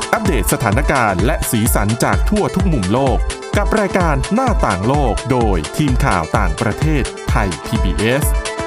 อัปเดตสถานการณ์และสีสันจากทั่วทุกมุมโลกกับรายการหน้าต่างโลกโดยทีมข่าวต่างประเทศไทย PBS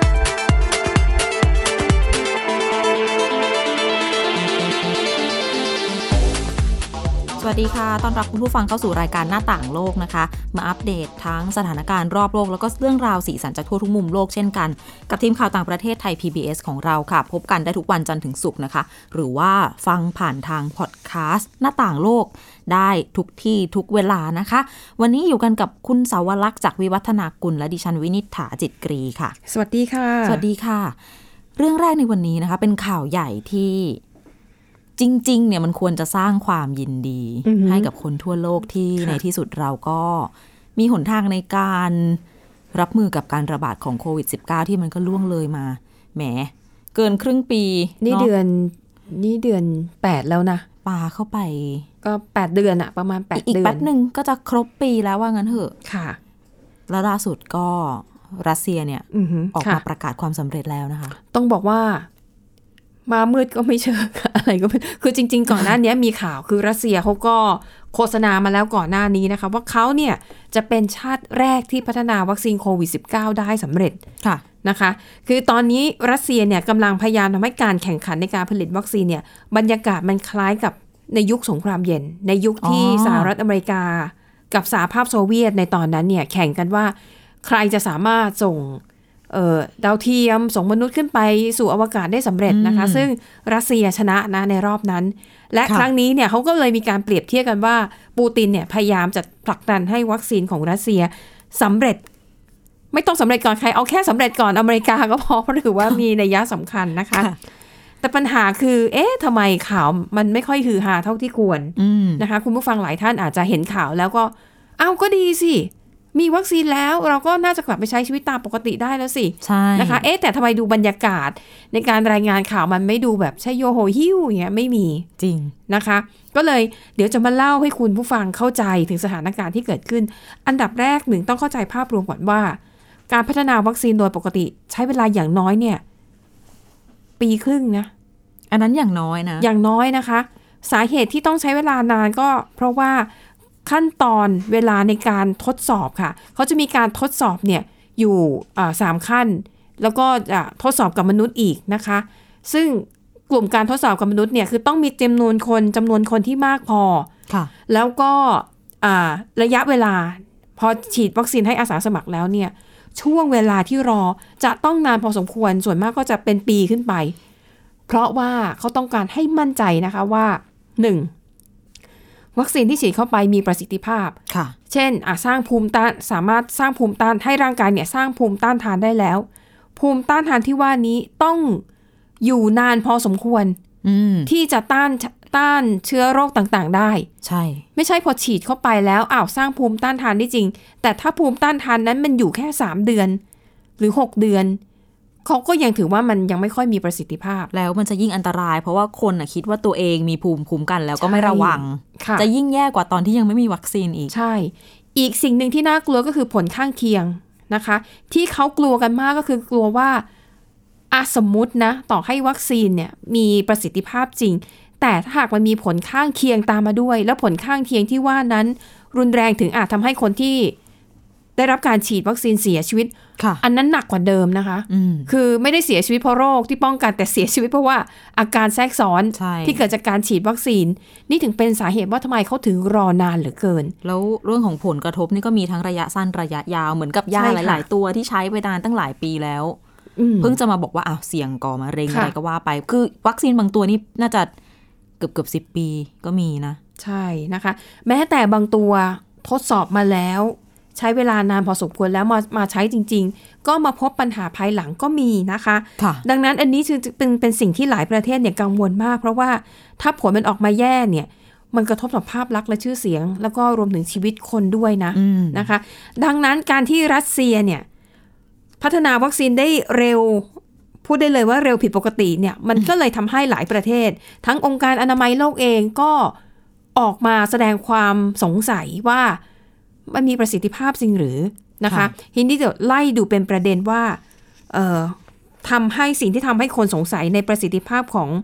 สวัสดีค่ะต้อนรับคุณผู้ฟังเข้าสู่รายการหน้าต่างโลกนะคะมาอัปเดตทั้งสถานการณ์รอบโลกแล้วก็เรื่องราวสีสันจากทั่วทุกมุมโลกเช่นกันกับทีมข่าวต่างประเทศไทย PBS ของเราค่ะพบกันได้ทุกวันจันทร์ถึงศุกร์นะคะหรือว่าฟังผ่านทางพอดแคสต์หน้าต่างโลกได้ทุกที่ทุกเวลานะคะวันนี้อยู่กันกับคุณสาวลักษณ์จากวิวัฒนากุลและดิฉันวินิษฐาจิตกรีค่ะสวัสดีค่ะสวัสดีค่ะเรื่องแรกในวันนี้นะคะเป็นข่าวใหญ่ที่จริงๆเนี่ยมันควรจะสร้างความยินดีให้กับคนทั่วโลกที่ในที่สุดเราก็มีหนทางในการรับมือกับการระบาดของโควิด -19 ที่มันก็ล่วงเลยมาแหมเกินครึ่งปีนี่เดือน8แล้วนะปาเข้าไปก็8เดือนอะประมาณ8เดือนอีกแป๊บนึงก็จะครบปีแล้วว่างั้นเถอะค่ะแล้วล่าสุดก็รัสเซียเนี่ยออกมาประกาศความสำเร็จแล้วนะคะต้องบอกว่ามามืดก็ไม่เชิงอะไรก็ไม่คือจริงๆก่อนหน้านี้มีข่าวคือรัสเซียเขาก็โฆษณามาแล้วก่อนหน้านี้นะคะว่าเขาเนี่ยจะเป็นชาติแรกที่พัฒนาวัคซีนโควิด -19 ได้สำเร็จนะคะคือตอนนี้รัสเซียเนี่ยกำลังพยายามทำให้การแข่งขันในการผลิตวัคซีนเนี่ยบรรยากาศมันคล้ายกับในยุคสงครามเย็นในยุคที่สหรัฐอเมริกากับสหภาพโซเวียตในตอนนั้นเนี่ยแข่งกันว่าใครจะสามารถส่งดาวเทียมส่งมนุษย์ขึ้นไปสู่อวกาศได้สำเร็จนะคะซึ่งรัสเซียชนะนะในรอบนั้นและครั้งนี้เนี่ยเขาก็เลยมีการเปรียบเทียบกันว่าปูตินเนี่ยพยายามจะผลักดันให้วัคซีนของรัสเซียสำเร็จไม่ต้องสำเร็จก่อนใครเอาแค่สำเร็จก่อนอเมริกาก็พอเพราะถือว่ามีนัยยะสำคัญนะคะแต่ปัญหาคือทำไมข่าวมันไม่ค่อยฮือฮาเท่าที่ควรนะคะคุณผู้ฟังหลายท่านอาจจะเห็นข่าวแล้วก็ก็ดีสิมีวัคซีนแล้วเราก็น่าจะกลับไปใช้ชีวิตตามปกติได้แล้วสิใช่นะคะแต่ทำไมดูบรรยากาศในการรายงานข่าวมันไม่ดูแบบใช่โยโหหิ้วอย่างเงี้ยไม่มีจริงนะคะก็เลยเดี๋ยวจะมาเล่าให้คุณผู้ฟังเข้าใจถึงสถานการณ์ที่เกิดขึ้นอันดับแรกต้องเข้าใจภาพรวมก่อนว่าการพัฒนาวัคซีนโดยปกติใช้เวลาอย่างน้อยเนี่ยปีครึ่งนะอันนั้นอย่างน้อยนะอย่างน้อยนะคะสาเหตุที่ต้องใช้เวลานานก็เพราะว่าขั้นตอนเวลาในการทดสอบค่ะเขาจะมีการทดสอบเนี่ยอยู่3ขั้นแล้วก็ทดสอบกับมนุษย์อีกนะคะซึ่งกลุ่มการทดสอบกับมนุษย์เนี่ยคือต้องมีจำนวนคนที่มากพอแล้วก็ระยะเวลาพอฉีดวัคซีนให้อาสาสมัครแล้วเนี่ยช่วงเวลาที่รอจะต้องนานพอสมควรส่วนมากก็จะเป็นปีขึ้นไปเพราะว่าเขาต้องการให้มั่นใจนะคะว่า1วัคซีนที่ฉีดเข้าไปมีประสิทธิภาพเช่นสร้างภูมิต้านสามารถสร้างภูมิต้านให้ร่างกายเนี่ยสร้างภูมิต้านทานได้แล้วภูมิต้านทานที่ว่านี้ต้องอยู่นานพอสมควรที่จะต้านเชื้อโรคต่างๆได้ใช่ไม่ใช่พอฉีดเข้าไปแล้วสร้างภูมิต้านทานได้จริงแต่ถ้าภูมิต้านทานนั้นมันอยู่แค่3เดือนหรือ6เดือนเขาก็ยังถือว่ามันยังไม่ค่อยมีประสิทธิภาพแล้วมันจะยิ่งอันตรายเพราะว่าคนคิดว่าตัวเองมีภูมิคุ้มกันแล้วก็ไม่ระวังจะยิ่งแย่กว่าตอนที่ยังไม่มีวัคซีนอีกใช่อีกสิ่งหนึ่งที่น่ากลัวก็คือผลข้างเคียงนะคะที่เขากลัวกันมากก็คือกลัวว่าสมมุตินะต่อให้วัคซีนเนี่ยมีประสิทธิภาพจริงแต่ถ้าหากมันมีผลข้างเคียงตามมาด้วยแล้วผลข้างเคียงที่ว่านั้นรุนแรงถึงอาจทำให้คนที่ได้รับการฉีดวัคซีนเสียชีวิตอันนั้นหนักกว่าเดิมนะคะคือไม่ได้เสียชีวิตเพราะโรคที่ป้องกันแต่เสียชีวิตเพราะว่าอาการแทรกซ้อนที่เกิดจากการฉีดวัคซีนนี่ถึงเป็นสาเหตุว่าทำไมเขาถึงรอนานเหลือเกินแล้วเรื่องของผลกระทบนี่ก็มีทั้งระยะสั้นระยะยาวเหมือนกับยาหลายๆตัวที่ใช้ไปนานตั้งหลายปีแล้วเพิ่งจะมาบอกว่าเสี่ยงก่อมะเร็งอะไรก็ว่าไปคือวัคซีนบางตัวนี่น่าจะเกือบ10 ปีก็มีนะใช่นะคะแม้แต่บางตัวทดสอบมาแล้วใช้เวลานานพอสมควรแล้วมาใช้จริงๆก็มาพบปัญหาภายหลังก็มีนะคะดังนั้นอันนี้เป็นสิ่งที่หลายประเทศเนี่ยกังวลมากเพราะว่าถ้าผลมันออกมาแย่เนี่ยมันกระทบต่อภาพลักษณ์และชื่อเสียงแล้วก็รวมถึงชีวิตคนด้วยนะคะดังนั้นการที่รัสเซียเนี่ยพัฒนาวัคซีนได้เร็วพูดได้เลยว่าเร็วผิดปกติเนี่ยมันก็เลยทำให้หลายประเทศทั้งองค์การอนามัยโลกเองก็ออกมาแสดงความสงสัยว่ามันมีประสิทธิภาพจริงหรือนะคะทีนี้เดี๋ยวไล่ดูเป็นประเด็นว่าทำให้สิ่งที่ทำให้คนสงสัยในประสิทธิภาพของ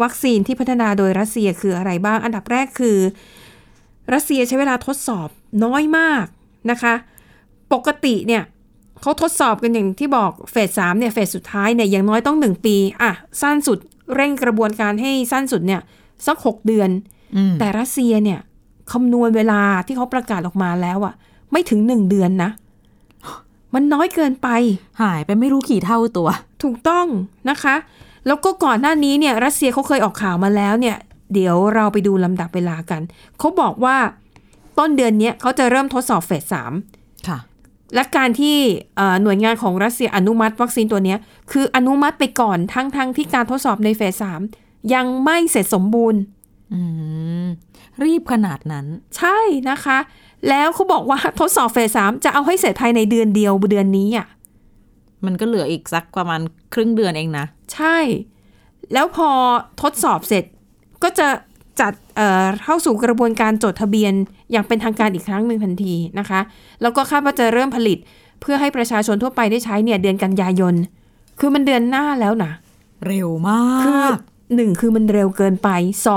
วัคซีนที่พัฒนาโดยรัสเซียคืออะไรบ้างอันดับแรกคือรัสเซียใช้เวลาทดสอบน้อยมากนะคะปกติเนี่ยเขาทดสอบกันอย่างที่บอกเฟส 3เนี่ยเฟสสุดท้ายเนี่ยอย่างน้อยต้อง1 ปีอ่ะสั้นสุดเร่งกระบวนการให้สั้นสุดเนี่ยสัก6 เดือนแต่รัสเซียเนี่ยคำนวณเวลาที่เขาประกาศออกมาแล้วอ่ะไม่ถึง1 เดือนนะมันน้อยเกินไปหายไปไม่รู้กี่เท่าตัวถูกต้องนะคะแล้วก็ก่อนหน้านี้เนี่ยรัสเซียเขาเคยออกข่าวมาแล้วเนี่ยเดี๋ยวเราไปดูลำดับเวลากันเขาบอกว่าต้นเดือนนี้เขาจะเริ่มทดสอบเฟส 3 ค่ะและการที่หน่วยงานของรัสเซียอนุมัติวัคซีนตัวนี้คืออนุมัติไปก่อนทั้งที่การทดสอบในเฟส 3ยังไม่เสร็จสมบูรณ์รีบขนาดนั้นใช่นะคะแล้วเขาบอกว่าทดสอบเฟส 3จะเอาให้เสร็จภายในเดือนเดียวเดือนนี้อ่ะมันก็เหลืออีกสักประมาณครึ่งเดือนเองนะใช่แล้วพอทดสอบเสร็จก็จะจัดเข้าสู่กระบวนการจดทะเบียนอย่างเป็นทางการอีกครั้งหนึ่งทันทีนะคะแล้วก็คาดว่าจะเริ่มผลิตเพื่อให้ประชาชนทั่วไปได้ใช้เนี่ยเดือนกันยายนคือมันเดือนหน้าแล้วนะเร็วมากคือ1คือมันเร็วเกินไป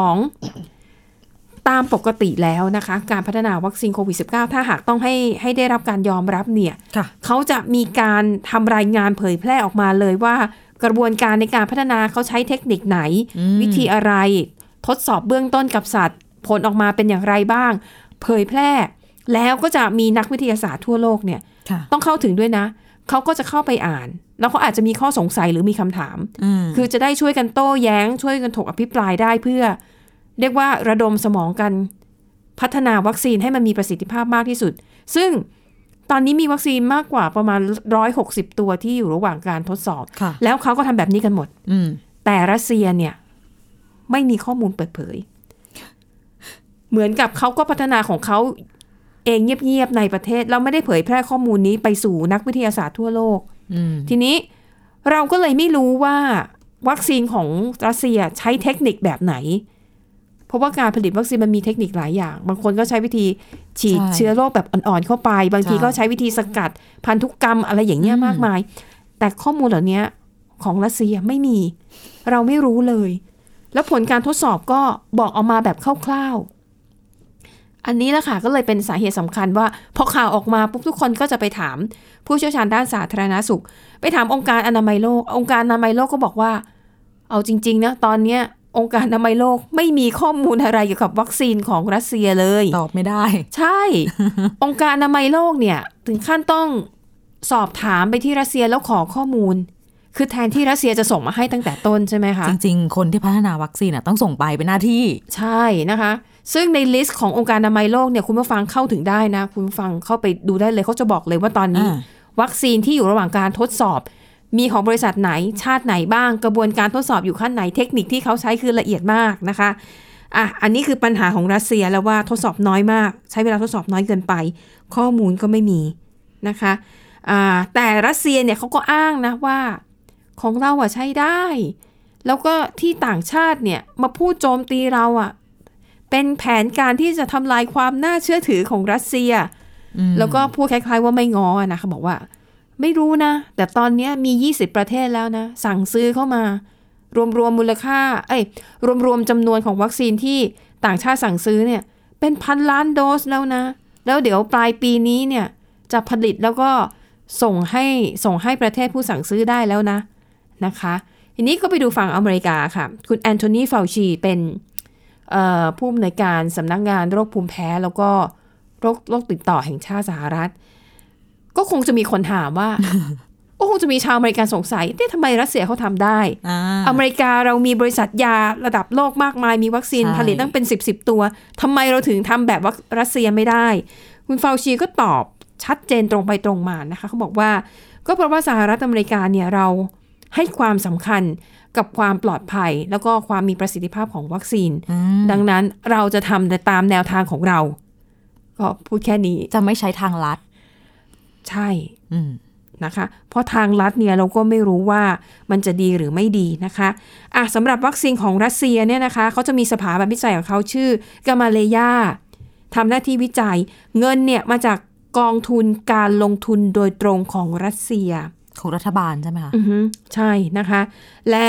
2ตามปกติแล้วนะคะการพัฒนาวัคซีนโควิด -19 ถ้าหากต้องให้ได้รับการยอมรับเนี่ยเขาจะมีการทำรายงานเผยแพร่ออกมาเลยว่ากระบวนการในการพัฒนาเขาใช้เทคนิคไหนวิธีอะไรทดสอบเบื้องต้นกับสัตว์ผลออกมาเป็นอย่างไรบ้างเผยแพร่แล้วก็จะมีนักวิทยาศาสตร์ทั่วโลกเนี่ยต้องเข้าถึงด้วยนะเขาก็จะเข้าไปอ่านแล้วเขาอาจจะมีข้อสงสัยหรือมีคำถามคือจะได้ช่วยกันโต้แย้งช่วยกันถกอภิปรายได้เพื่อเรียกว่าระดมสมองกันพัฒนาวัคซีนให้มันมีประสิทธิภาพมากที่สุดซึ่งตอนนี้มีวัคซีนมากกว่าประมาณ160ตัวที่อยู่ระหว่างการทดสอบแล้วเขาก็ทำแบบนี้กันหมดแต่รัสเซียเนี่ยไม่มีข้อมูลเปิดเผยเหมือนกับเขาก็พัฒนาของเขาเองเงียบๆในประเทศเราไม่ได้เผยแพร่ข้อมูลนี้ไปสู่นักวิทยาศาสตร์ทั่วโลกทีนี้เราก็เลยไม่รู้ว่าวัคซีนของรัสเซียใช้เทคนิคแบบไหนเพราะว่าการผลิตวัคซีนมันมีเทคนิคหลายอย่างบางคนก็ใช้วิธีฉีดเชื้อโรคแบบอ่อนๆเข้าไปบางทีก็ใช้วิธีสกัดพันธุกรรมอะไรอย่างเงี้ยมากมายแต่ข้อมูลเหล่านี้ของรัสเซียไม่มีเราไม่รู้เลยแล้วผลการทดสอบก็บอกออกมาแบบคร่าวๆอันนี้แหละค่ะก็เลยเป็นสาเหตุสำคัญว่าพอข่าวออกมาปุ๊บทุกคนก็จะไปถามผู้เชี่ยวชาญด้านสาธารณสุขไปถามองค์การอนามัยโลกองค์การอนามัยโลกก็บอกว่าเอาจริงๆนะตอนเนี้ยองค์การอนามัยโลกไม่มีข้อมูลอะไรเกี่ยวกับวัคซีนของรัสเซียเลยตอบไม่ได้ใช่ องค์การอนามัยโลกเนี่ยถึงขั้นต้องสอบถามไปที่รัสเซียแล้วขอข้อมูลคือแทนที่รัสเซียจะส่งมาให้ตั้งแต่ต้นใช่ไหมคะจริงๆคนที่พัฒนาวัคซีนต้องส่งไปเป็นหน้าที่ใช่นะคะซึ่งในลิสต์ขององค์การอนามัยโลกเนี่ยคุณผู้ฟังเข้าถึงได้นะคุณผู้ฟังเข้าไปดูได้เลยเขาจะบอกเลยว่าตอนนี้วัคซีนที่อยู่ระหว่างการทดสอบมีของบริษัทไหนชาติไหนบ้างกระบวนการทดสอบอยู่ขั้นไหนเทคนิคที่เขาใช้คือละเอียดมากนะคะอันนี้คือปัญหาของรัสเซียแล้วว่าทดสอบน้อยมากใช้เวลาทดสอบน้อยเกินไปข้อมูลก็ไม่มีนะคะแต่รัสเซียเนี่ยเขาก็อ้างนะว่าของเราใช้ได้แล้วก็ที่ต่างชาติเนี่ยมาพูดโจมตีเราเป็นแผนการที่จะทำลายความน่าเชื่อถือของรัสเซียแล้วก็พูดคล้ายๆว่าไม่ง้อนะเขาบอกว่าไม่รู้นะแต่ตอนนี้มี20ประเทศแล้วนะสั่งซื้อเข้ามารวมมูลค่ารวมจำนวนของวัคซีนที่ต่างชาติสั่งซื้อเนี่ยเป็น1,000 ล้านโดสแล้วนะแล้วเดี๋ยวปลายปีนี้เนี่ยจะผลิตแล้วก็ส่งให้ประเทศผู้สั่งซื้อได้แล้วนะคะทีนี้ก็ไปดูฝั่งอเมริกาค่ะคุณแอนโทนี ฟาวชีเป็นผู้อำนวยการสำนักงานโรคภูมิแพ้แล้วก็โรคติดต่อแห่งชาติสหรัฐก็คงจะมีคนถามว่า ก็คงจะมีชาวอเมริกันสงสัยทำไมรัสเซียเขาทำได้อเมริกาเรามีบริษัทยาระดับโลกมากมายมีวัคซีนผลิตตั้งเป็น10ตัวทำไมเราถึงทำแบบว่ารัสเซียไม่ได้คุณฟาวชีก็ตอบชัดเจนตรงไปตรงมานะคะเขาบอกว่าก็เพราะว่าสหรัฐอเมริกาเนี่ยเราให้ความสำคัญกับความปลอดภัยแล้วก็ความมีประสิทธิภาพของวัคซีนดังนั้นเราจะทำตามแนวทางของเราก็พูดแค่นี้จะไม่ใช้ทางลัดใช่นะคะเพราะทางลัดเนี่ยเราก็ไม่รู้ว่ามันจะดีหรือไม่ดีนะคะสำหรับวัคซีนของรัสเซียเนี่ยนะคะเขาจะมีสถาบันวิจัยของเขาชื่อกามาเลยาทำหน้าที่วิจัยเงินเนี่ยมาจากกองทุนการลงทุนโดยตรงของรัสเซียของรัฐบาลใช่ไหมคะใช่นะคะแล้ว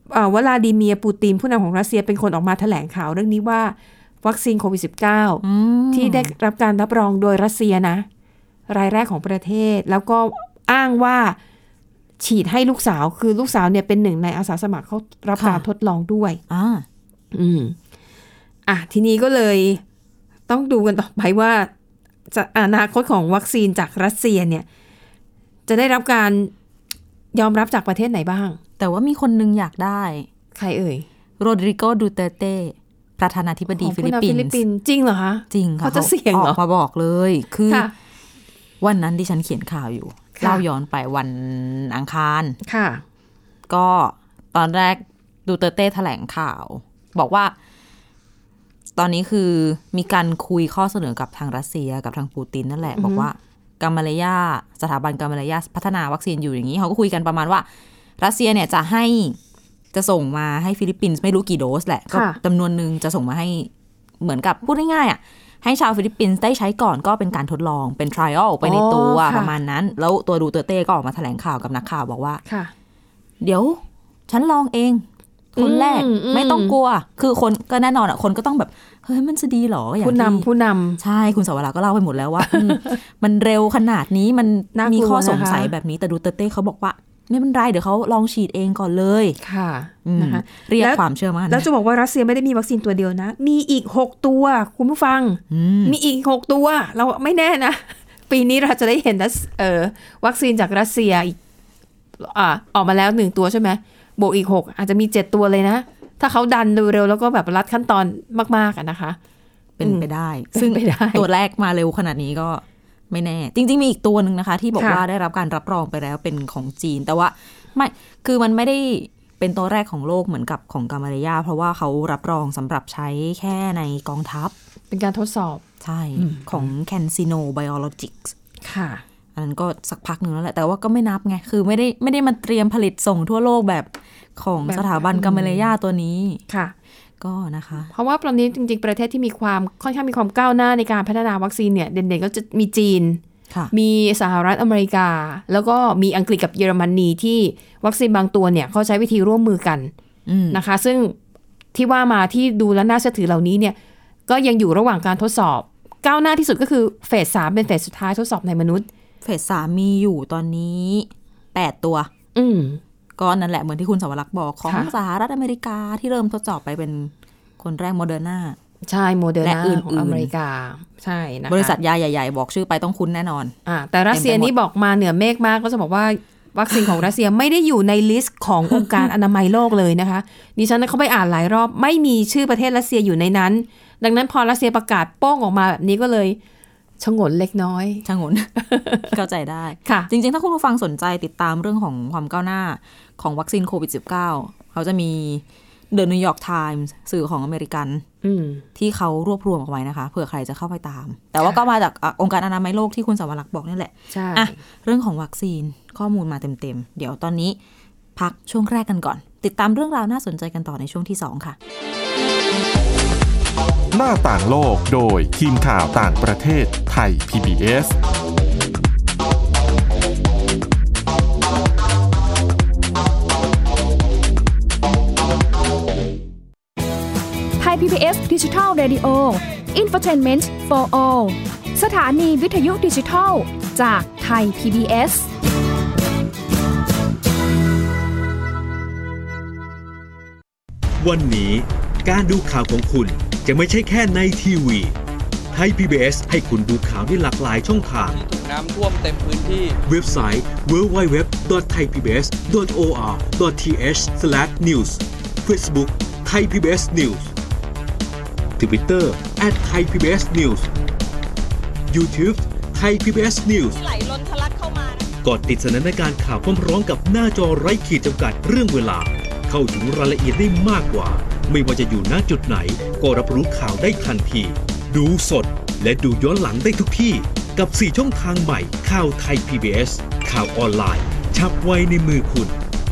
วลาดิเมียร์ปูตินผู้นำของรัสเซียเป็นคนออกมาแถลงข่าวเรื่องนี้ว่าวัคซีนโควิด -19 ที่ได้รับการรับรองโดยรัสเซียนะรายแรกของประเทศแล้วก็อ้างว่าฉีดให้ลูกสาวคือลูกสาวเนี่ยเป็นหนึ่งในอาสาสมัครเขารับการทดลองด้วยทีนี้ก็เลยต้องดูกันต่อไปว่าจะอนาคตของวัคซีนจากรัสเซียเนี่ยจะได้รับการยอมรับจากประเทศไหนบ้างแต่ว่ามีคนนึงอยากได้ใครเอ่ยโรดริโก ดูเตเต้ประธานาธิบดีฟิลิปปินส์จริงเหรอคะจริงค่ะเขาจะเสี่ยงเหรอออกมาบอกเลยคือวันนั้นดิฉันเขียนข่าวอยู่เล่าย้อนไปวันอังคารค่ะก็ตอนแรกดูเตเต้แถลงข่าวบอกว่าตอนนี้คือมีการคุยข้อเสนอกับทางรัสเซียกับทางปูตินนั่นแหละบอกว่ากามาเลยาสถาบันกามาเลยาพัฒนาวัคซีนอยู่อย่างนี้เขาก็คุยกันประมาณว่ารัสเซียเนี่ยจะส่งมาให้ฟิลิปปินส์ไม่รู้กี่โดสแหละก็จำนวนนึงจะส่งมาให้เหมือนกับพูดง่ายๆอ่ะให้ชาวฟิลิปปินส์ได้ใช้ก่อนก็เป็นการทดลองเป็น trial ไปในตัวประมาณนั้นแล้วตัวดูเตเต้ก็ออกมาแถลงข่าวกับนักข่าวบอกว่าเดี๋ยวฉันลองเองคนแรกไม่ต้องกลัวคือคนก็แน่นอนอ่ะคนก็ต้องแบบเฮ้ยมันจะดีหรออย่างที่ผู้นำใช่คุณสวราก็เล่าไปหมดแล้วว่า มันเร็วขนาดนี้มันมีข้อสงสัยแบบนี้แต่ดูเตเต้เขาบอกว่าไม่เป็นไรเดี๋ยวเขาลองฉีดเองก่อนเลยค่ะนะคะเรียกความเชื่อมั่นแล้วจะบอกว่ารัสเซียไม่ได้มีวัคซีนตัวเดียวนะมีอีก6ตัวคุณผู้ฟังมีอีก6ตัวเราไม่แน่นะปีนี้เราจะได้เห็นวัคซีนจากรัสเซียอีกออกมาแล้ว1ตัวใช่ไหมบวกอีก6อาจจะมี7ตัวเลยนะถ้าเขาดันเร็วๆแล้วก็แบบรัดขั้นตอนมากๆนะคะเป็นไปได้ซึ่งตัวแรกมาเร็วขนาดนี้ก็ไม่แน่จริงๆมีอีกตัวนึงนะคะที่บอกว่าได้รับการรับรองไปแล้วเป็นของจีนแต่ว่าไม่คือมันไม่ได้เป็นตัวแรกของโลกเหมือนกับของกามาเลยาเพราะว่าเขารับรองสำหรับใช้แค่ในกองทัพเป็นการทดสอบใช่ของ CanSino Biologics ค่ะอันนั้นก็สักพักนึงแล้วแหละแต่ว่าก็ไม่นับไงคือไม่ได้มาเตรียมผลิตส่งทั่วโลกแบบของสถาบันกามาเลยาตัวนี้ค่ะก็นะคะเพราะว่าตอนนี้จริงๆประเทศที่มีความค่อนข้างมีความก้าวหน้าในการพัฒนาวัคซีนเนี่ยเด่นๆก็จะมีจีนมีสหรัฐอเมริกาแล้วก็มีอังกฤษกับเยอรมนีที่วัคซีนบางตัวเนี่ยเขาใช้วิธีร่วมมือกันนะคะซึ่งที่ว่ามาที่ดูแล้วน่าเชื่อถือเหล่านี้เนี่ยก็ยังอยู่ระหว่างการทดสอบก้าวหน้าที่สุดก็คือเฟส 3เป็นเฟสสุดท้ายทดสอบในมนุษย์เฟส 3มีอยู่ตอนนี้8ตัวก็นั่นแหละเหมือนที่คุณสวรักษ์บอกของสหรัฐอเมริกาที่เริ่มทดสอบไปเป็นคนแรกโมเดอร์นาใช่โมเดอร์นาของอเมริกาใช่นะคะบริษัทยาใหญ่ๆบอกชื่อไปต้องคุ้นแน่นอนแต่รัสเซียนี่บอกมาเหนือเมฆมากก็จะบอกว่าวัคซีนของรัสเซียไม่ได้อยู่ในลิสต์ขององค์การอนามัยโลกเลยนะคะดิฉันเขาไปอ่านหลายรอบไม่มีชื่อประเทศรัสเซียอยู่ในนั้นดังนั้นพอรัสเซียประกาศโป้งออกมาแบบนี้ก็เลยชงนเล็กน้อยชงน เข้าใจได้ค่ะจริงๆถ้าคุณผู้ฟังสนใจติดตามเรื่องของความก้าวหน้าของวัคซีนโควิด -19 เขาจะมี The New York Times สื่อของอเมริกันที่เขารวบรวมเอาไว้นะคะเผื่อใครจะเข้าไปตามแต่ว่าก็มาจากองค์การอนามัยโลกที่คุณสวรักษ์บอกนี่แหละใช่เรื่องของวัคซีนข้อมูลมาเต็มๆเดี๋ยวตอนนี้พักช่วงแรกกันก่อนติดตามเรื่องราวน่าสนใจกันต่อในช่วงที่2ค่ะหน้าต่างโลกโดยทีมข่าวต่างประเทศไทย PBS ไทย PBS Digital Radio Infotainment for All สถานีวิทยุดิจิทัลจากไทย PBS วันนี้การดูข่าวของคุณจะไม่ใช่แค่ในทีวีไทย PBS ให้คุณดูข่าวได้หลากหลายช่องทางถูกน้ำท่วมเต็มพื้นที่เว็บไซต์ www.thaipbs.or.th/news Facebook Thai PBS News Twitter @thaipbsnews YouTube Thai PBS News ไหลล้นทะลักเข้ามากดติดสนันในการข่าวพร้อมๆกับหน้าจอไร้ขีดจำกัดเรื่องเวลาเข้าถึงรายละเอียดได้มากกว่าไม่ว่าจะอยู่ณจุดไหนก็รับรู้ข่าวได้ทันทีดูสดและดูย้อนหลังได้ทุกที่กับ4ช่องทางใหม่ข่าวไทย PBS ข่าวออนไลน์ฉับไวในมือคุณ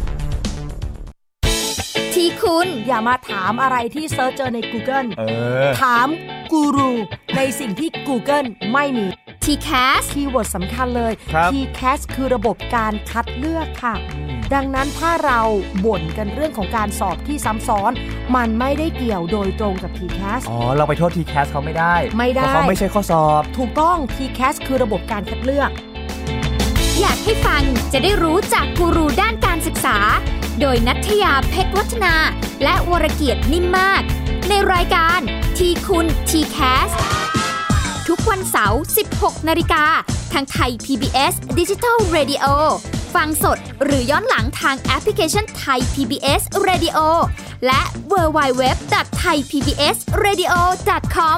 ที่คุณอย่ามาถามอะไรที่เซิร์ชเจอใน Google ถามกูรูในสิ่งที่ Google ไม่มี TCAS คีย์เวิร์ดสำคัญเลย TCAS คือระบบการคัดเลือกค่ะดังนั้นถ้าเราบ่นกันเรื่องของการสอบที่ซ้ำซ้อนมันไม่ได้เกี่ยวโดยตรงกับ TCAS เราไปโทษ TCAS เขาไม่ได้เพราะเขาไม่ใช่ข้อสอบถูกต้อง TCAS คือระบบการคัดเลือกอยากให้ฟังจะได้รู้จากกูรูด้านการศึกษาโดยณัฐยาเพชรวัฒนาและวรเกียรตินิ่มมากในรายการทีคุณ TCAS ทุกวันเสาร์ 16 นาฬิกาทางไทย PBS Digital Radio ฟังสดหรือย้อนหลังทางแอปพลิเคชันไทย PBS Radio และ www.thaipbsradio.com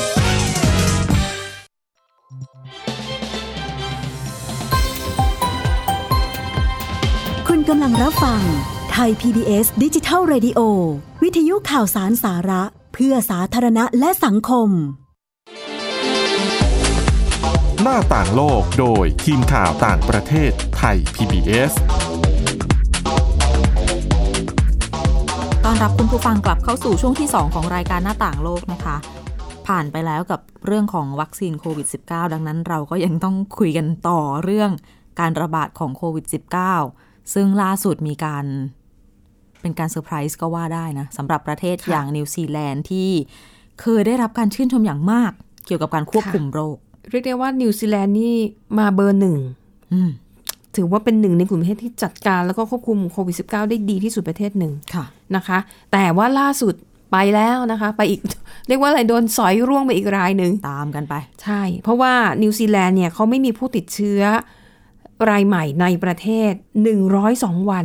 คุณกำลังรับฟังไทย PBS Digital Radio วิทยุข่าวสารสาระเพื่อสาธารณะและสังคมหน้าต่างโลกโดยทีมข่าวต่างประเทศไทย PBS ต้อนรับคุณผู้ฟังกลับเข้าสู่ช่วงที่2ของรายการหน้าต่างโลกนะคะผ่านไปแล้วกับเรื่องของวัคซีนโควิด -19 ดังนั้นเราก็ยังต้องคุยกันต่อเรื่องการระบาดของโควิด -19 ซึ่งล่าสุดมีการเป็นการเซอร์ไพรส์ก็ว่าได้นะสำหรับประเทศอย่างนิวซีแลนด์ที่เคยได้รับการชื่นชมอย่างมากเกี่ยวกับการควบคุมโรคเรียกได้ว่านิวซีแลนด์นี่มาเบอร์1ถือว่าเป็นหนึ่งในกลุ่มประเทศที่จัดการแล้วก็ควบคุมโควิด -19 ได้ดีที่สุดประเทศหนึ่งนะคะแต่ว่าล่าสุดไปแล้วนะคะไปอีกเรียกว่าอะไรโดนสอยร่วงไปอีกรายหนึ่งตามกันไปใช่เพราะว่านิวซีแลนด์เนี่ยเขาไม่มีผู้ติดเชื้อรายใหม่ในประเทศ102วัน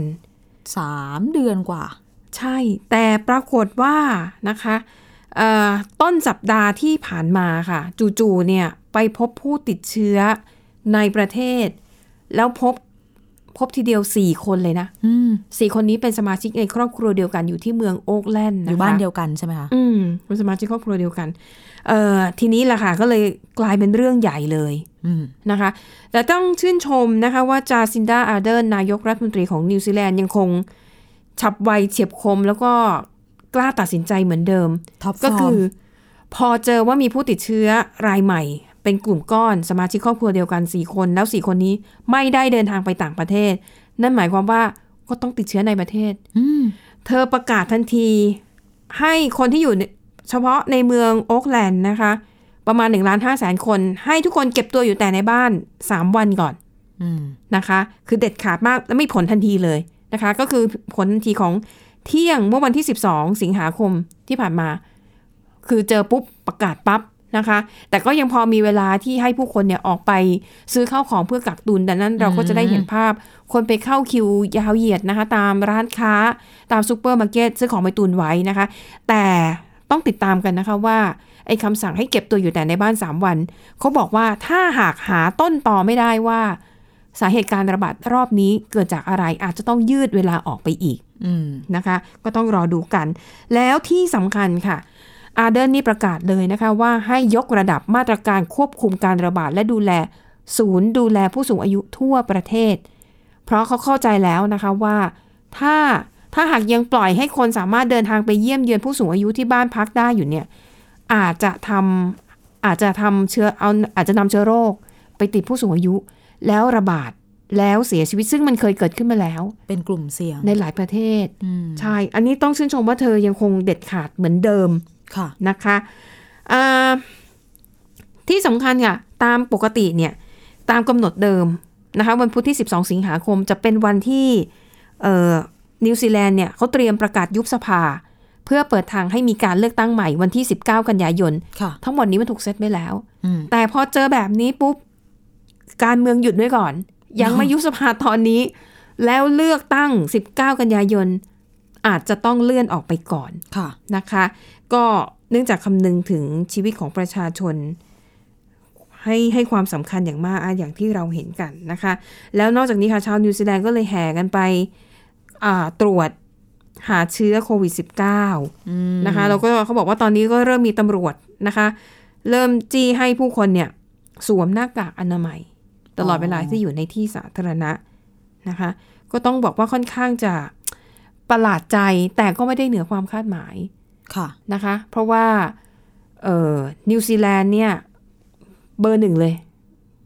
3เดือนกว่าใช่แต่ปรากฏว่านะคะต้นสัปดาห์ที่ผ่านมาค่ะจู่ๆเนี่ยไปพบผู้ติดเชื้อในประเทศแล้วพบทีเดียว4คนเลยนะ4คนนี้เป็นสมาชิกในครอบครัวเดียวกันอยู่ที่เมืองโอ๊คแลนด์นะคะอยู่บ้านเดียวกันใช่ไหมคะเป็นสมาชิกครอบครัวเดียวกันทีนี้ล่ะค่ะก็เลยกลายเป็นเรื่องใหญ่เลยนะคะแต่ต้องชื่นชมนะคะว่าจาซินดาอาร์เดอร์นายกรัฐมนตรีของนิวซีแลนด์ยังคงฉับไวเฉียบคมแล้วก็กล้าตัดสินใจเหมือนเดิมก็คือพอเจอว่ามีผู้ติดเชื้อรายใหม่เป็นกลุ่มก้อนสมาชิกครอบครัวเดียวกัน4คนแล้ว4คนนี้ไม่ได้เดินทางไปต่างประเทศนั่นหมายความว่าก็ต้องติดเชื้อในประเทศเธอประกาศทันทีให้คนที่อยู่เฉพาะในเมืองโอ๊คแลนด์นะคะประมาณ 1,500,000 คนให้ทุกคนเก็บตัวอยู่แต่ในบ้าน3วันก่อนนะคะคือเด็ดขาดมากและไม่ผลทันทีเลยนะคะก็คือผลทันทีของเที่ยงเมื่อวันที่12สิงหาคมที่ผ่านมาคือเจอปุ๊บประกาศปั๊บนะคะแต่ก็ยังพอมีเวลาที่ให้ผู้คนเนี่ยออกไปซื้อข้าวของเพื่อกักตุนดังนั้นเราก็จะได้เห็นภาพคนไปเข้าคิวยาวเหยียดนะคะตามร้านค้าตามซูเปอร์มาร์เก็ตซื้อของไปตุนไว้นะคะแต่ต้องติดตามกันนะคะว่าไอ้คำสั่งให้เก็บตัวอยู่แต่ในบ้าน3วันเขาบอกว่าถ้าหากหาต้นตอไม่ได้ว่าสาเหตุการระบาดรอบนี้เกิดจากอะไรอาจจะต้องยืดเวลาออกไปอีกนะคะก็ต้องรอดูกันแล้วที่สำคัญค่ะอาร์เดอร์นี่ประกาศเลยนะคะว่าให้ยกระดับมาตรการควบคุมการระบาดและดูแลศูนย์ดูแลผู้สูงอายุทั่วประเทศเพราะเขาเข้าใจแล้วนะคะว่าถ้าหากยังปล่อยให้คนสามารถเดินทางไปเยี่ยมเยือนผู้สูงอายุที่บ้านพักได้อยู่เนี่ยอาจจะนำเชื้อโรคไปติดผู้สูงอายุแล้วระบาดแล้วเสียชีวิตซึ่งมันเคยเกิดขึ้นมาแล้วเป็นกลุ่มเสี่ยงในหลายประเทศใช่อันนี้ต้องชื่นชมว่าเธอยังคงเด็ดขาดเหมือนเดิมนะคะที่สำคัญค่ะตามปกติเนี่ยตามกำหนดเดิมนะคะวันพุธที่12สิงหาคมจะเป็นวันที่นิวซีแลนด์เนี่ยเขาเตรียมประกาศยุบสภาเพื่อเปิดทางให้มีการเลือกตั้งใหม่วันที่19กันยายนทั้งหมดนี้มันถูกเซตไว้แล้วแต่พอเจอแบบนี้ปุ๊บการเมืองหยุดไว้ก่อนยังไม่ยุบสภาตอนนี้แล้วเลือกตั้ง19กันยายนอาจจะต้องเลื่อนออกไปก่อนนะคะก็เนื่องจากคำนึงถึงชีวิตของประชาชนให้ความสำคัญอย่างมากอย่างที่เราเห็นกันนะคะแล้วนอกจากนี้ค่ะชาวนิวซีแลนด์ก็เลยแห่กันไปตรวจหาเชื้อโควิด -19 นะคะแล้วก็เขาบอกว่าตอนนี้ก็เริ่มมีตำรวจนะคะเริ่มจี้ให้ผู้คนเนี่ยสวมหน้ากากอนามัยตลอดเวลาที่อยู่ในที่สาธารณะนะคะก็ต้องบอกว่าค่อนข้างจะประหลาดใจแต่ก็ไม่ได้เหนือความคาดหมายนะคะเพราะว่านิวซีแลนด์เนี่ยเบอร์1เลย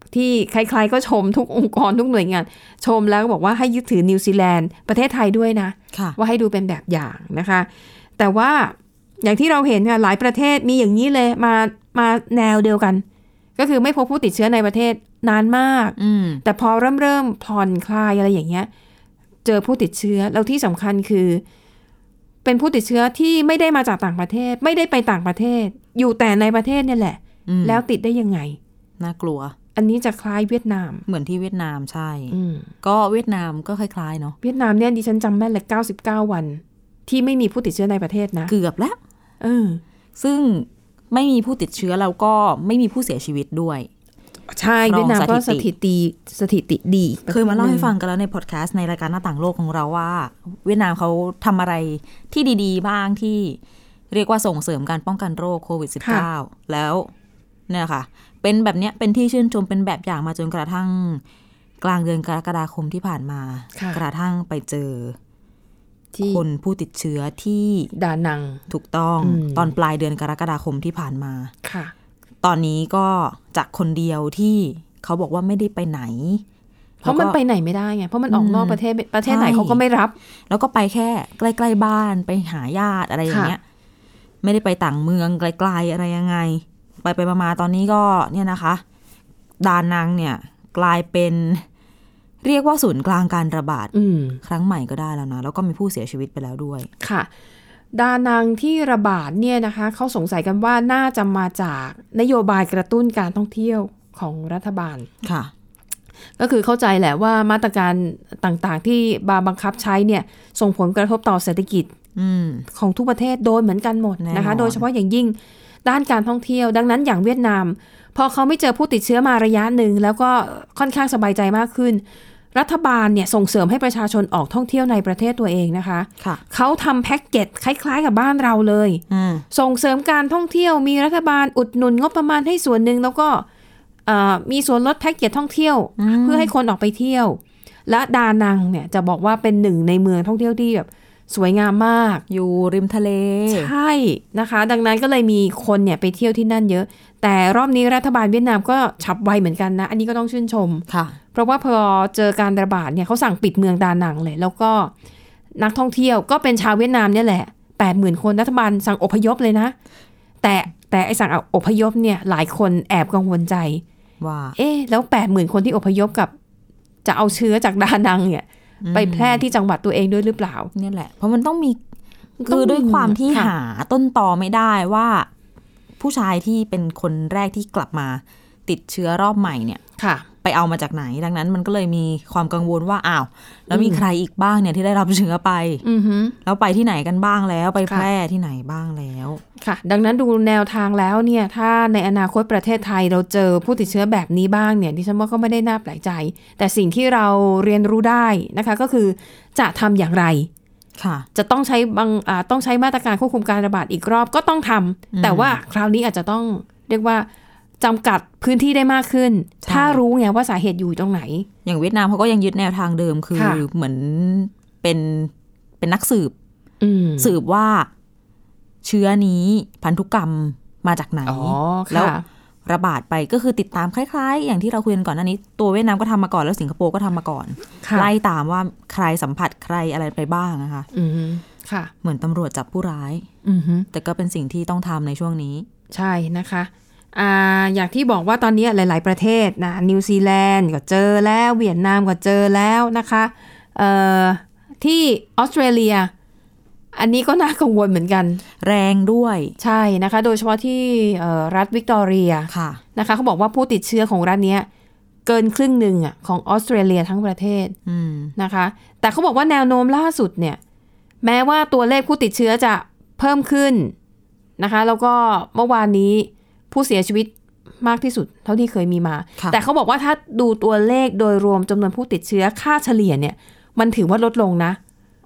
ที่ใครๆก็ชมทุกองค์กรทุกหน่วยงานชมแล้วก็บอกว่าให้ยึดถือนิวซีแลนด์ประเทศไทยด้วยนะว่าให้ดูเป็นแบบอย่างนะคะแต่ว่าอย่างที่เราเห็นค่ะหลายประเทศมีอย่างนี้เลยมาแนวเดียวกันก็คือไม่พบผู้ติดเชื้อในประเทศนานมากแต่พอเริ่มผ่อนคลายอะไรอย่างเงี้ยเจอผู้ติดเชื้อแล้วที่สำคัญคือเป็นผู้ติดเชื้อที่ไม่ได้มาจากต่างประเทศไม่ได้ไปต่างประเทศอยู่แต่ในประเทศเนี่ยแหละแล้วติดได้ยังไงน่ากลัวอันนี้จะคล้ายเวียดนามเหมือนที่เวียดนามใช่ก็เวียดนามก็คล้ายๆเนาะเวียดนามเนี่ยดิฉันจำแม่นเลย99 วันที่ไม่มีผู้ติดเชื้อในประเทศนะเกือบแล้วซึ่งไม่มีผู้ติดเชื้อแล้วก็ไม่มีผู้เสียชีวิตด้วยใช่เวียดนามก็สถิติดีเคยมาเล่าให้ฟังกันแล้วในพอดแคสต์ในรายการหน้าต่างโลกของเราว่าเวียดนามเขาทำอะไรที่ดีๆบ้างที่เรียกว่าส่งเสริมการป้องกันโรคโควิด -19 แล้วเนี่ยค่ะเป็นแบบเนี้ยเป็นที่ชื่นชมเป็นแบบอย่างมาจนกระทั่งกลางเดือนกรกฎาคมที่ผ่านมากระทั่งไปเจอคนผู้ติดเชื้อที่ดานังถูกต้องตอนปลายเดือนกรกฎาคมที่ผ่านมาค่ะตอนนี้ก็จากคนเดียวที่เขาบอกว่าไม่ได้ไปไหนเพราะมันไปไหนไม่ได้ไงเพราะมันออกนอกประเทศไหนเขาก็ไม่รับแล้วก็ไปแค่ใกล้ๆบ้านไปหาญาติอะไรอย่างเงี้ยไม่ได้ไปต่างเมืองไกลๆอะไรยังไงไปมาตอนนี้ก็เนี่ยนะคะดานังเนี่ยกลายเป็นเรียกว่าศูนย์กลางการระบาดครั้งใหม่ก็ได้แล้วนะแล้วก็มีผู้เสียชีวิตไปแล้วด้วยค่ะดานังที่ระบาดเนี่ยนะคะเขาสงสัยกันว่าน่าจะมาจากนโยบายกระตุ้นการท่องเที่ยวของรัฐบาลค่ะก็คือเข้าใจแหละว่ามาตรการต่างๆที่บังคับใช้เนี่ยส่งผลกระทบต่อเศรษฐกิจของทุกประเทศโดยเหมือนกันหมดนะคะโดยเฉพาะอย่างยิ่งด้านการท่องเที่ยวดังนั้นอย่างเวียดนามพอเขาไม่เจอผู้ติดเชื้อมาระยะหนึ่งแล้วก็ค่อนข้างสบายใจมากขึ้นรัฐบาลเนี่ยส่งเสริมให้ประชาชนออกท่องเที่ยวในประเทศตัวเองนะคะเขาทำแพ็กเกจคล้ายๆกับบ้านเราเลยส่งเสริมการท่องเที่ยวมีรัฐบาลอุดหนุนงบประมาณให้ส่วนหนึ่งแล้วก็มีส่วนลดแพ็กเกจท่องเที่ยวเพื่อให้คนออกไปเที่ยวและดานังเนี่ยจะบอกว่าเป็นหนึ่งในเมืองท่องเที่ยวที่แบบสวยงามมากอยู่ริมทะเลใช่นะคะดังนั้นก็เลยมีคนเนี่ยไปเที่ยวที่นั่นเยอะแต่รอบนี้รัฐบาลเวียดนามก็ฉับไวเหมือนกันนะอันนี้ก็ต้องชื่นชมค่ะเพราะว่าพอเจอการระบาดเนี่ยเขาสั่งปิดเมืองดานังเลยแล้วก็นักท่องเที่ยวก็เป็นชาวเวียดนามเนี่ยแหละ 80,000 คนรัฐบาลสั่งอพยพเลยนะแต่ไอ้สั่งอพยพเนี่ยหลายคนแอบกังวลใจว่าแล้ว 80,000 คนที่อพยพกับจะเอาเชื้อจากดานังเนี่ยไปแพร่ที่จังหวัดตัวเองด้วยหรือเปล่าเนี่ยแหละเพราะมันต้องมีคือด้วยความที่หาต้นตอไม่ได้ว่าผู้ชายที่เป็นคนแรกที่กลับมาติดเชื้อรอบใหม่เนี่ยไปเอามาจากไหนดังนั้นมันก็เลยมีความกังวลว่าอ้าวแล้วมีใครอีกบ้างเนี่ยที่ได้รับเชื้อไปแล้วไปที่ไหนกันบ้างแล้วไปแพร่ที่ไหนบ้างแล้วค่ะดังนั้นดูแนวทางแล้วเนี่ยถ้าในอนาคตประเทศไทยเราเจอผู้ติดเชื้อแบบนี้บ้างเนี่ยดิฉันว่าก็ไม่ได้น่าแปลกใจแต่สิ่งที่เราเรียนรู้ได้นะคะก็คือจะทำอย่างไรจะต้องใช้ต้องใช้มาตรการควบคุมการระบาดอีกรอบก็ต้องทำแต่ว่าคราวนี้อาจจะต้องเรียกว่าจำกัดพื้นที่ได้มากขึ้นถ้ารู้ไงว่าสาเหตุอยู่ตรงไหนอย่างเวียดนามเขาก็ยังยึดแนวทางเดิมคือเหมือนเป็นนักสืบว่าเชื้อนี้พันธุกรรมมาจากไหนแล้วระบาดไปก็คือติดตามคล้ายๆอย่างที่เราคุยกันก่อนหน้านี้ตัวเวียดนามก็ทำมาก่อนแล้วสิงคโปร์ก็ทำมาก่อนไล่ตามว่าใครสัมผัสใครอะไรไปบ้างนะคะเหมือนตำรวจจับผู้ร้ายแต่ก็เป็นสิ่งที่ต้องทำในช่วงนี้ใช่นะคะอย่างที่บอกว่าตอนนี้หลายๆประเทศนะนิวซีแลนด์ก็เจอแล้วเวียดนามก็เจอแล้วนะคะที่ออสเตรเลียอันนี้ก็น่ากังวลเหมือนกันแรงด้วยใช่นะคะโดยเฉพาะที่รัฐวิกตอเรียนะคะเขาบอกว่าผู้ติดเชื้อของรัฐนี้เกินครึ่งหนึ่งของออสเตรเลียทั้งประเทศนะคะแต่เขาบอกว่าแนวโน้มล่าสุดเนี่ยแม้ว่าตัวเลขผู้ติดเชื้อจะเพิ่มขึ้นนะคะแล้วก็เมื่อวานนี้ผู้เสียชีวิตมากที่สุดเท่าที่เคยมีมาแต่เขาบอกว่าถ้าดูตัวเลขโดยรวมจำนวนผู้ติดเชื้อค่าเฉลี่ยเนี่ยมันถือว่าลดลงนะ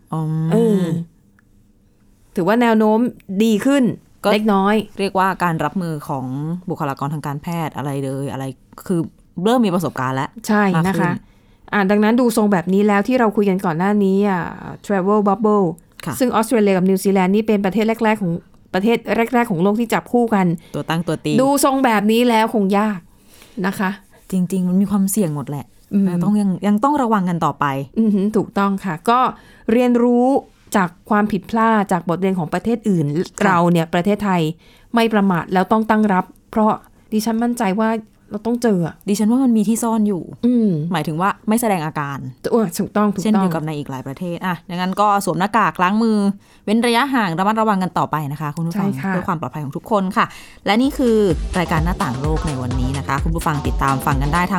ถือว่าแนวโน้มดีขึ้นเล็กน้อยเรียกว่าการรับมือของบุคลากรทางการแพทย์อะไรเลยอะไรคือเริ่มมีประสบการณ์แล้วใช่นะคะดังนั้นดูทรงแบบนี้แล้วที่เราคุยกันก่อนหน้านี้travel bubble ซึ่งออสเตรเลียกับนิวซีแลนด์นี่เป็นประเทศแรกๆของโลกที่จับคู่กันตัวตั้งตัวตีดูทรงแบบนี้แล้วคงยากนะคะจจริงๆมันมีความเสี่ยงหมดแหละต้องยังต้องระวังกันต่อไปถูกต้องค่ะก็เรียนรู้จากความผิดพลาดจากบทเรียนของประเทศอื่นเราเนี่ยประเทศไทยไม่ประมาทแล้วต้องตั้งรับเพราะดิฉันมั่นใจว่าเราต้องเจอดิฉันว่ามันมีที่ซ่อนอยู่หมายถึงว่าไม่แสดงอาการถูกต้องเช่นเดียวกับในอีกหลายประเทศดังนั้นก็สวมหน้ากากล้างมือเว้นระยะห่างระมัดระวังกันต่อไปนะคะคุณผู้ฟังเพื่อความปลอดภัยของทุกคนค่ะและนี่คือรายการหน้าต่างโลกในวันนี้นะคะคุณผู้ฟังติดตามฟังกันได้ทาง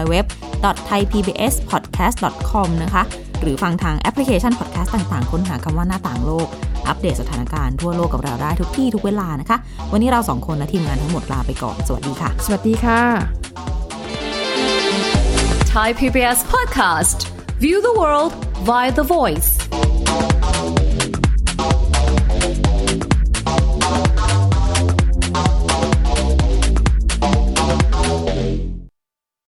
www.thaipbspodcast.com นะคะหรือฟังทางแอปพลิเคชันพอดแคสต์ต่างๆค้นหาคำว่าหน้าต่างโลกอัปเดตสถานการณ์ทั่วโลกกับเราได้ทุกที่ทุกเวลานะคะวันนี้เรา2คนและทีมงานทั้งหมดลาไปก่อนสวัสดีค่ะสวัสดีค่ะ Thai PBS Podcast View the world via the voice